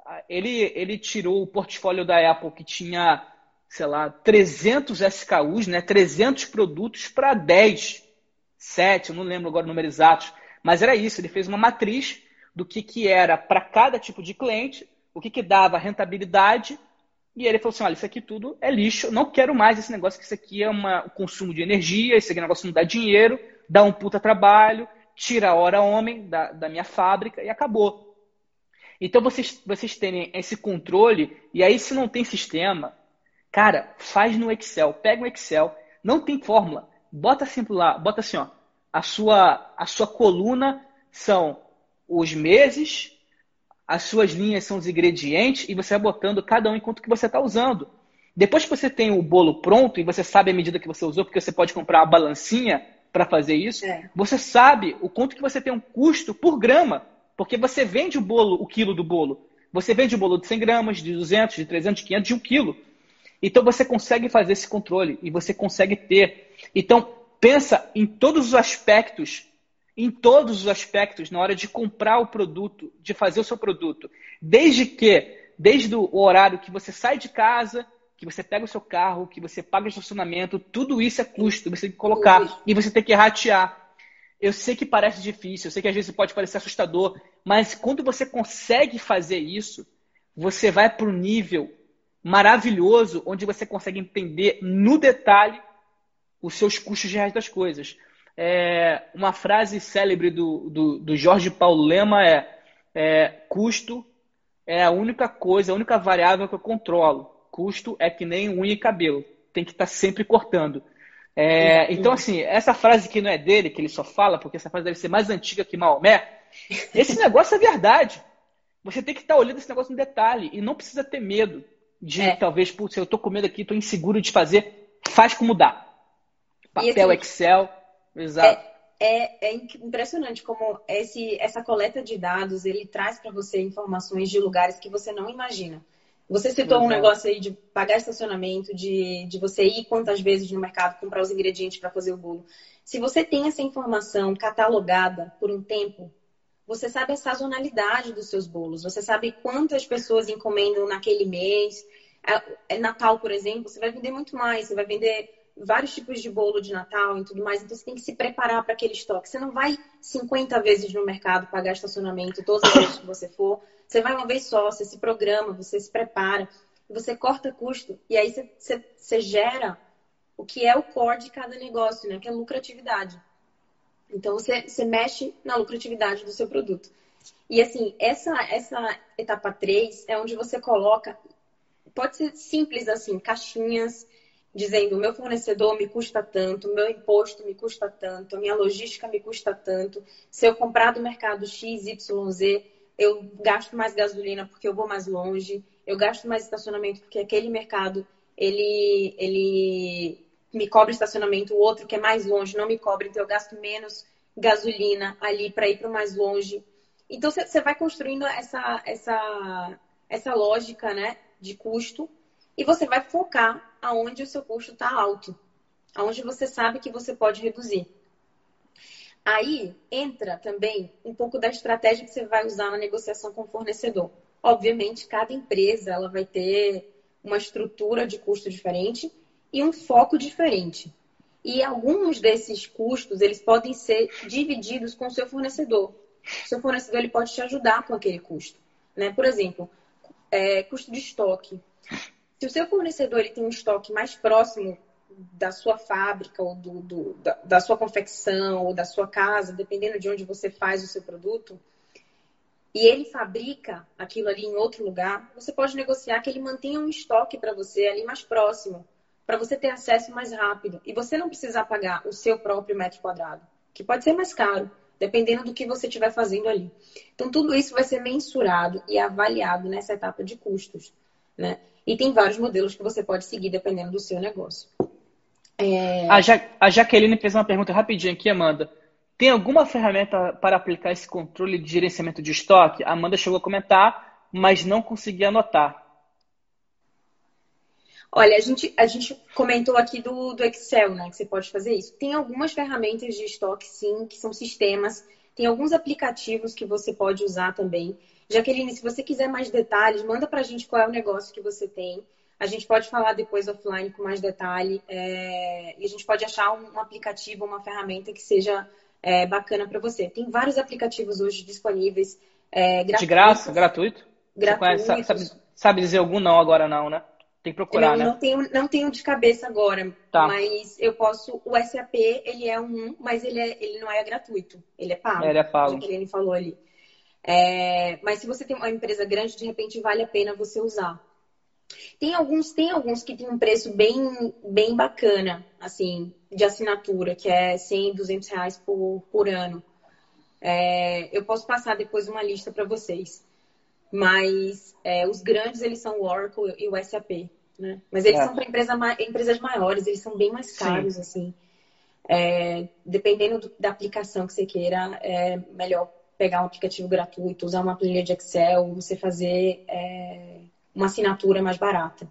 ele tirou o portfólio da Apple que tinha, sei lá, 300 SKUs, né, 300 produtos para 10, 7, eu não lembro agora o número exato, mas era isso, ele fez uma matriz do que era para cada tipo de cliente, o que dava rentabilidade, e ele falou assim, olha, isso aqui tudo é lixo, não quero mais esse negócio, que isso aqui é um consumo de energia, esse aqui é um negócio que não dá dinheiro, dá um puta trabalho, tira a hora homem da minha fábrica e acabou. Então vocês terem esse controle, e aí se não tem sistema, cara, faz no Excel, pega um Excel, não tem fórmula, bota assim lá, bota assim, ó, a sua coluna são os meses, as suas linhas são os ingredientes, e você vai botando cada um enquanto que você está usando. Depois que você tem o bolo pronto, e você sabe a medida que você usou, porque você pode comprar uma balancinha para fazer isso, você sabe o quanto que você tem um custo por grama, porque você vende o quilo do bolo. Você vende o bolo de 100 gramas, de 200, de 300, de 500, de 1 quilo. Então você consegue fazer esse controle e você consegue ter. Então pensa em todos os aspectos, na hora de comprar o produto, de fazer o seu produto. Desde o horário que você sai de casa, que você pega o seu carro, que você paga o estacionamento, tudo isso é custo, você tem que colocar e você tem que ratear. Eu sei que parece difícil, eu sei que às vezes pode parecer assustador, mas quando você consegue fazer isso, você vai para um nível maravilhoso, onde você consegue entender no detalhe os seus custos reais das coisas. Uma frase célebre do Jorge Paulo Lema custo é a única coisa, a única variável que eu controlo. Custo é que nem unha e cabelo, tem que estar sempre cortando. Então, assim, essa frase que não é dele, que ele só fala, porque essa frase deve ser mais antiga que Maomé, esse negócio é verdade. Você tem que estar olhando esse negócio no detalhe e não precisa ter medo de, talvez, putz, eu estou com medo aqui, estou inseguro de fazer, faz como dá. Papel, assim, Excel, exato. É impressionante como essa coleta de dados, ele traz para você informações de lugares que você não imagina. Você citou um negócio aí de pagar estacionamento, de você ir quantas vezes no mercado comprar os ingredientes para fazer o bolo. Se você tem essa informação catalogada por um tempo, você sabe a sazonalidade dos seus bolos, você sabe quantas pessoas encomendam naquele mês. Natal, por exemplo, você vai vender muito mais, você vai vender vários tipos de bolo de Natal e tudo mais, então você tem que se preparar para aquele estoque. Você não vai 50 vezes no mercado pagar estacionamento todas as vezes que você for. Você vai uma vez só, você se programa, você se prepara, você corta custo e aí você gera o que é o core de cada negócio, né? Que é lucratividade. Então você mexe na lucratividade do seu produto. E assim, essa etapa 3 é onde você coloca, pode ser simples assim, caixinhas, dizendo, meu fornecedor me custa tanto, meu imposto me custa tanto, a minha logística me custa tanto, se eu comprar do mercado XYZ, eu gasto mais gasolina porque eu vou mais longe, eu gasto mais estacionamento porque aquele mercado, ele me cobra estacionamento, o outro que é mais longe não me cobra, então eu gasto menos gasolina ali para ir para o mais longe. Então, você vai construindo essa lógica, né, de custo e você vai focar aonde o seu custo está alto, aonde você sabe que você pode reduzir. Aí entra também um pouco da estratégia que você vai usar na negociação com o fornecedor. Obviamente, cada empresa ela vai ter uma estrutura de custo diferente e um foco diferente. E alguns desses custos, eles podem ser divididos com o seu fornecedor. O seu fornecedor ele pode te ajudar com aquele custo, né? Por exemplo, custo de estoque. Se o seu fornecedor ele tem um estoque mais próximo da sua fábrica ou da sua confecção ou da sua casa, dependendo de onde você faz o seu produto, e ele fabrica aquilo ali em outro lugar, você pode negociar que ele mantenha um estoque para você ali mais próximo, para você ter acesso mais rápido e você não precisar pagar o seu próprio metro quadrado, que pode ser mais caro, dependendo do que você estiver fazendo ali. Então, tudo isso vai ser mensurado e avaliado nessa etapa de custos, né? E tem vários modelos que você pode seguir dependendo do seu negócio. A Jaqueline fez uma pergunta rapidinho aqui, Amanda. Tem alguma ferramenta para aplicar esse controle de gerenciamento de estoque? A Amanda chegou a comentar, mas não consegui anotar. Olha, a gente comentou aqui do Excel, né? Que você pode fazer isso. Tem algumas ferramentas de estoque, sim, que são sistemas. Tem alguns aplicativos que você pode usar também. Jaqueline, se você quiser mais detalhes, manda pra gente qual é o negócio que você tem. A gente pode falar depois offline com mais detalhe. E a gente pode achar um aplicativo, uma ferramenta que seja bacana para você. Tem vários aplicativos hoje disponíveis. Gratuitos. De graça? Gratuito? Gratuitos. Você conhece, sabe dizer algum não agora não, né? Tem que procurar, né? Não tenho de cabeça agora, tá. Mas eu posso... O SAP, ele é mas ele não é gratuito. Ele é pago. Ele é pago. Já que ele falou ali. Mas se você tem uma empresa grande, de repente vale a pena você usar. Tem alguns que tem um preço bem bacana, assim, de assinatura, que é 100, 200 reais por ano. Eu posso passar depois uma lista para vocês. Mas os grandes, eles são o Oracle e o SAP, né? Mas eles são para empresas maiores, eles são bem mais caros, sim. Assim. Dependendo da aplicação que você queira, é melhor pegar um aplicativo gratuito, usar uma planilha de Excel, você fazer uma assinatura mais barata.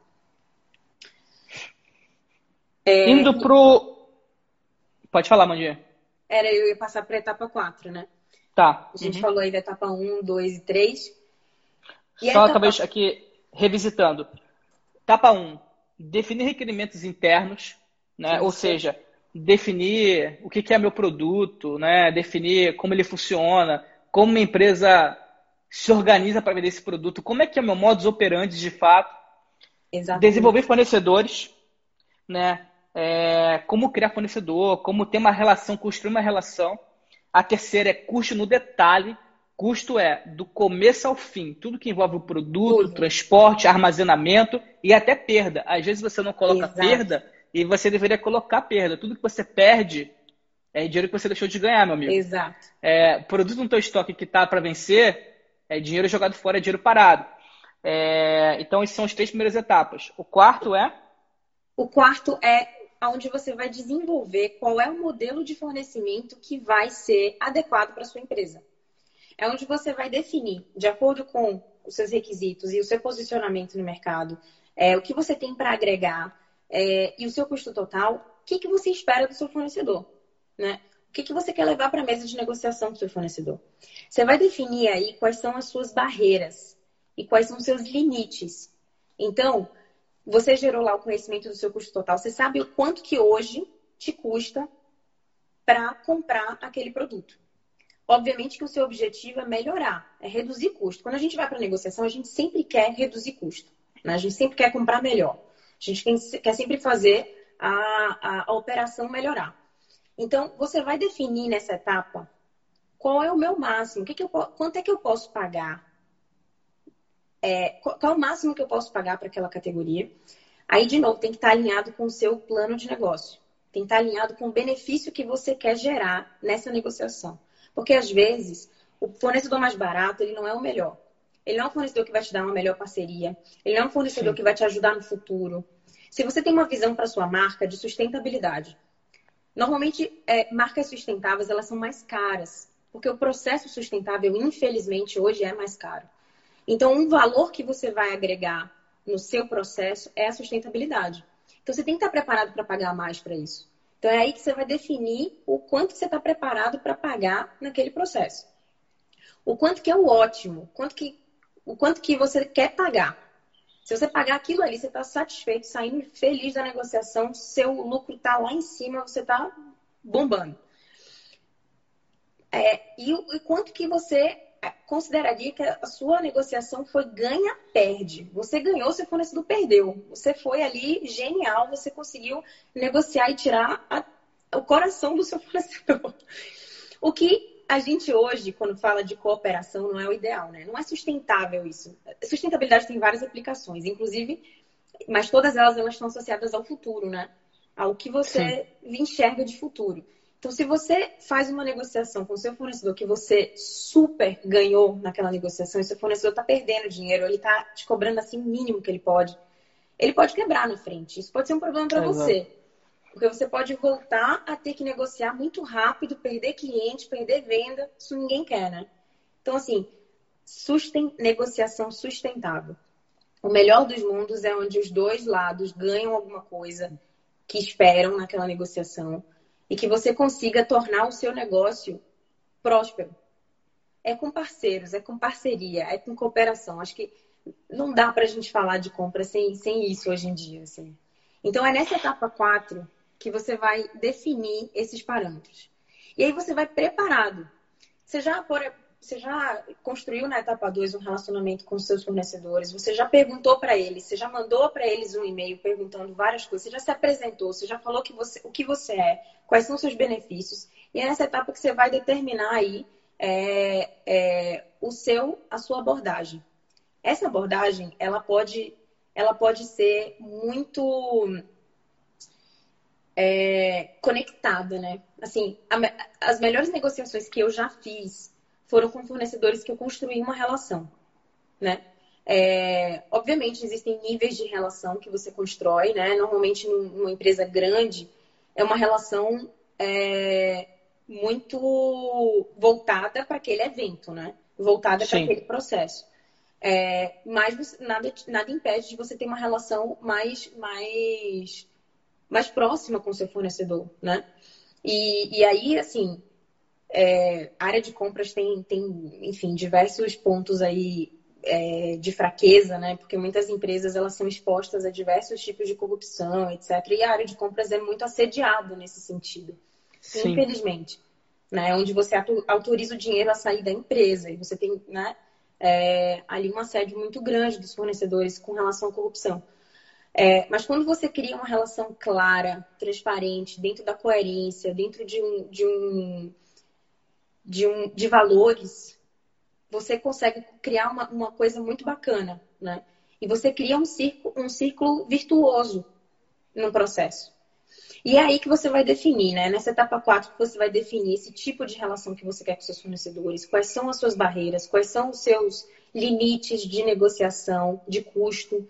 Indo pro... Pode falar, Mandinha. Eu ia passar para a etapa 4, né? Tá. A gente falou aí da etapa 1, 2 e 3. Só talvez aqui, revisitando. Etapa 1, definir requerimentos internos, né? Ou seja, definir o que é meu produto, né? Definir como ele funciona, como uma empresa se organiza para vender esse produto, como é que é meu modus operandi de fato. Exatamente. Desenvolver fornecedores, né? Como criar fornecedor, como ter uma relação, construir uma relação. A terceira é custo no detalhe. Custo é do começo ao fim, tudo que envolve o produto, transporte, armazenamento e até perda. Às vezes você não coloca perda e você deveria colocar perda. Tudo que você perde é dinheiro que você deixou de ganhar, meu amigo. Exato. Produto no teu estoque que está para vencer é dinheiro jogado fora, é dinheiro parado. Então, essas são as 3 primeiras etapas. O quarto é? O quarto é onde você vai desenvolver qual é o modelo de fornecimento que vai ser adequado para a sua empresa. É onde você vai definir, de acordo com os seus requisitos e o seu posicionamento no mercado, o que você tem para agregar e o seu custo total, o que você espera do seu fornecedor, né? O que você quer levar para a mesa de negociação com o seu fornecedor. Você vai definir aí quais são as suas barreiras e quais são os seus limites. Então, você gerou lá o conhecimento do seu custo total, você sabe o quanto que hoje te custa para comprar aquele produto. Obviamente que o seu objetivo é melhorar, é reduzir custo. Quando a gente vai para a negociação, a gente sempre quer reduzir custo, né? A gente sempre quer comprar melhor. A gente quer sempre fazer a operação melhorar. Então, você vai definir nessa etapa qual é o meu máximo, quanto é que eu posso pagar, qual é o máximo que eu posso pagar para aquela categoria. Aí, de novo, tem que estar alinhado com o seu plano de negócio. Tem que estar alinhado com o benefício que você quer gerar nessa negociação. Porque, às vezes, o fornecedor mais barato, ele não é o melhor. Ele não é um fornecedor que vai te dar uma melhor parceria. Ele não é um fornecedor que vai te ajudar no futuro. Se você tem uma visão para sua marca de sustentabilidade, normalmente marcas sustentáveis elas são mais caras, porque o processo sustentável, infelizmente, hoje é mais caro. Então, um valor que você vai agregar no seu processo é a sustentabilidade. Então, você tem que estar preparado para pagar mais para isso. Então, é aí que você vai definir o quanto você está preparado para pagar naquele processo. O quanto que é o ótimo, o quanto que você quer pagar. Se você pagar aquilo ali, você está satisfeito, saindo feliz da negociação, seu lucro está lá em cima, você está bombando. E quanto que você consideraria que a sua negociação foi ganha-perde. Você ganhou, seu fornecedor perdeu. Você foi ali genial, você conseguiu negociar e tirar o coração do seu fornecedor. O que a gente hoje, quando fala de cooperação, não é o ideal, né? Não é sustentável isso. Sustentabilidade tem várias aplicações, inclusive, mas todas elas estão associadas ao futuro, né? Ao que você enxerga de futuro. Então, se você faz uma negociação com o seu fornecedor que você super ganhou naquela negociação e seu fornecedor está perdendo dinheiro, ele está te cobrando assim o mínimo que ele pode quebrar na frente. Isso pode ser um problema para você. Porque você pode voltar a ter que negociar muito rápido, perder cliente, perder venda. Isso ninguém quer, né? Então, assim, negociação sustentável. O melhor dos mundos é onde os dois lados ganham alguma coisa que esperam naquela negociação e que você consiga tornar o seu negócio próspero. É com parceiros, é com parceria, é com cooperação. Acho que não dá pra gente falar de compra sem isso hoje em dia, assim. Então, é nessa etapa 4 que você vai definir esses parâmetros. E aí você vai preparado. Você já construiu na etapa 2 um relacionamento com seus fornecedores, você já perguntou para eles, você já mandou para eles um e-mail perguntando várias coisas, você já se apresentou, você já falou o que você é, quais são os seus benefícios. E é nessa etapa que você vai determinar aí a sua abordagem. Essa abordagem, ela pode ser muito conectada, né? Assim, as melhores negociações que eu já fiz foram com fornecedores que eu construí uma relação, né? Obviamente, existem níveis de relação que você constrói, né? Normalmente, numa empresa grande, é uma relação muito voltada para aquele evento, né? Voltada para aquele processo. Mas nada impede de você ter uma relação mais próxima com o seu fornecedor, né? E aí, assim, a área de compras tem, enfim, diversos pontos aí de fraqueza, né? Porque muitas empresas, elas são expostas a diversos tipos de corrupção, etc. E a área de compras é muito assediada nesse sentido. Sim. Infelizmente. Né? Onde você autoriza o dinheiro a sair da empresa. E você tem, né, ali um assédio muito grande dos fornecedores com relação à corrupção. Mas quando você cria uma relação clara, transparente, dentro da coerência, dentro de valores, você consegue criar uma coisa muito bacana, né? E você cria um círculo virtuoso no processo. E é aí que você vai definir, né? Nessa etapa 4, que você vai definir esse tipo de relação que você quer com seus fornecedores, quais são as suas barreiras, quais são os seus limites de negociação, de custo,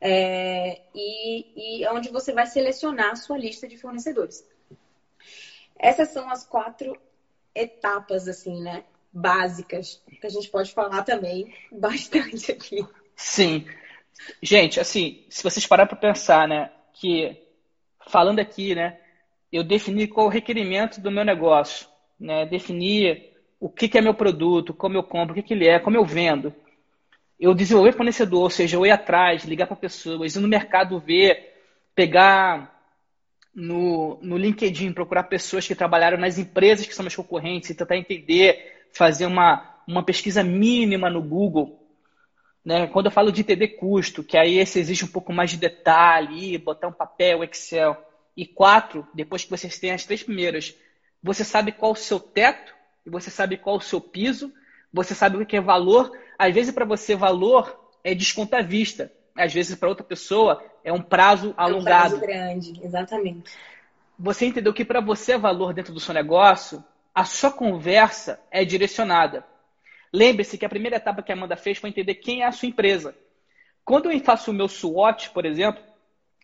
e onde você vai selecionar a sua lista de fornecedores. Essas são as 4 etapas, assim, né? Básicas, que a gente pode falar também bastante aqui. Sim. Gente, assim, se vocês pararem para pensar, né, que falando aqui, né, eu defini qual o requerimento do meu negócio, né, definir o que é meu produto, como eu compro, o que ele é, como eu vendo. Eu desenvolver fornecedor, ou seja, eu ir atrás, ligar para pessoas, ir no mercado ver, pegar no LinkedIn, procurar pessoas que trabalharam nas empresas que são meus concorrentes e tentar entender, fazer uma pesquisa mínima no Google. Né? Quando eu falo de entender custo, que aí esse exige um pouco mais de detalhe, botar um papel, Excel. E 4, depois que vocês têm as 3 primeiras, você sabe qual o seu teto, e você sabe qual o seu piso, você sabe o que é valor. Às vezes para você valor é desconto à vista. Às vezes para outra pessoa é um prazo alongado. É um prazo grande, exatamente. Você entendeu que para você é valor dentro do seu negócio, a sua conversa é direcionada. Lembre-se que a primeira etapa que a Amanda fez foi entender quem é a sua empresa. Quando eu faço o meu SWOT, por exemplo,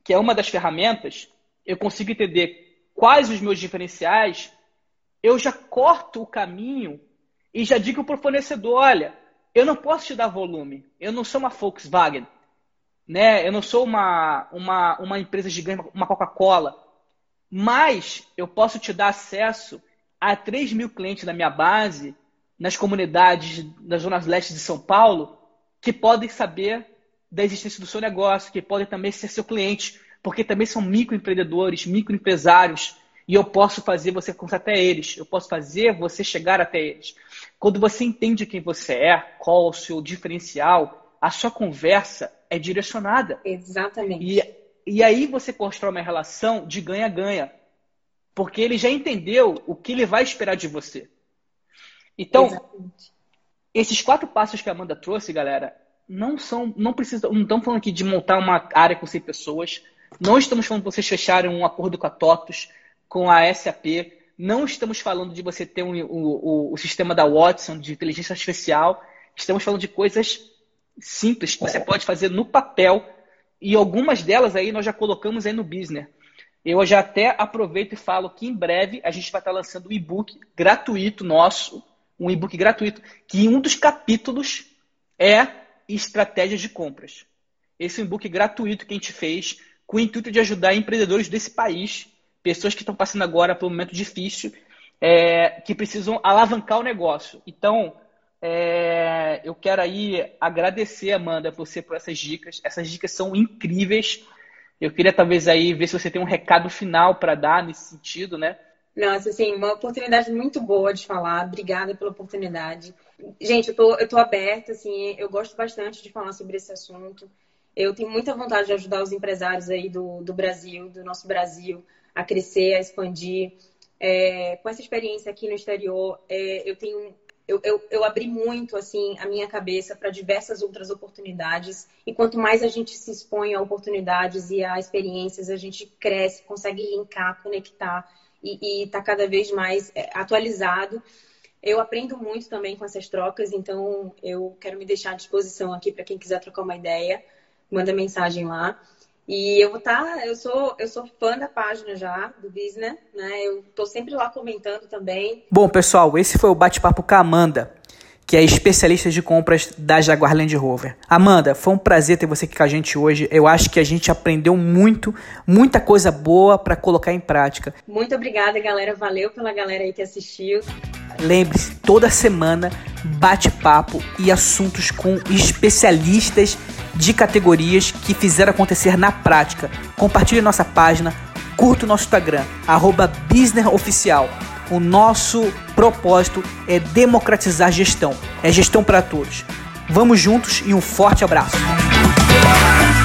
que é uma das ferramentas, eu consigo entender quais os meus diferenciais, eu já corto o caminho e já digo para o fornecedor, olha, eu não posso te dar volume, eu não sou uma Volkswagen, né? Eu não sou uma empresa gigante, uma Coca-Cola, mas eu posso te dar acesso a 3 mil clientes da minha base, nas comunidades da Zona Leste de São Paulo, que podem saber da existência do seu negócio, que podem também ser seu cliente, porque também são microempreendedores, microempresários, e eu posso fazer você conversar até eles, eu posso fazer você chegar até eles. Quando você entende quem você é, qual é o seu diferencial, a sua conversa é direcionada. Exatamente. E aí você constrói uma relação de ganha-ganha, porque ele já entendeu o que ele vai esperar de você. Então, exatamente. Esses 4 passos que a Amanda trouxe, galera, não estamos falando aqui de montar uma área com 100 pessoas, não estamos falando de vocês fecharem um acordo com a TOTUS, com a SAP, não estamos falando de você ter o sistema da Watson, de inteligência artificial, estamos falando de coisas simples que você pode fazer no papel, e algumas delas aí nós já colocamos aí no business. Eu já até aproveito e falo que em breve a gente vai estar lançando um e-book gratuito nosso, um e-book gratuito, que um dos capítulos é estratégias de compras. Esse é um e-book gratuito que a gente fez com o intuito de ajudar empreendedores desse país, pessoas que estão passando agora por um momento difícil, que precisam alavancar o negócio. Então, eu quero aí agradecer, Amanda, você por essas dicas. Essas dicas são incríveis. Eu queria talvez aí ver se você tem um recado final para dar nesse sentido, né? Nossa, assim, uma oportunidade muito boa de falar. Obrigada pela oportunidade. Gente, eu tô aberta, assim, eu gosto bastante de falar sobre esse assunto. Eu tenho muita vontade de ajudar os empresários aí do Brasil, do nosso Brasil, a crescer, a expandir. Com essa experiência aqui no exterior, eu abri muito, assim, a minha cabeça para diversas outras oportunidades. E quanto mais a gente se expõe a oportunidades e a experiências, a gente cresce, consegue linkar, conectar e tá cada vez mais atualizado. Eu aprendo muito também com essas trocas, então eu quero me deixar à disposição aqui para quem quiser trocar uma ideia, manda mensagem lá. E eu sou fã da página já, do Business, né? Eu tô sempre lá comentando também. Bom, pessoal, esse foi o bate-papo com a Amanda, que é especialista de compras da Jaguar Land Rover. Amanda, foi um prazer ter você aqui com a gente hoje. Eu acho que a gente aprendeu muita coisa boa para colocar em prática. Muito obrigada, galera. Valeu pela galera aí que assistiu. Lembre-se, toda semana bate-papo e assuntos com especialistas de categorias que fizeram acontecer na prática. Compartilhe nossa página, curta o nosso Instagram, @businessoficial. O nosso propósito é democratizar gestão. É gestão para todos. Vamos juntos e um forte abraço.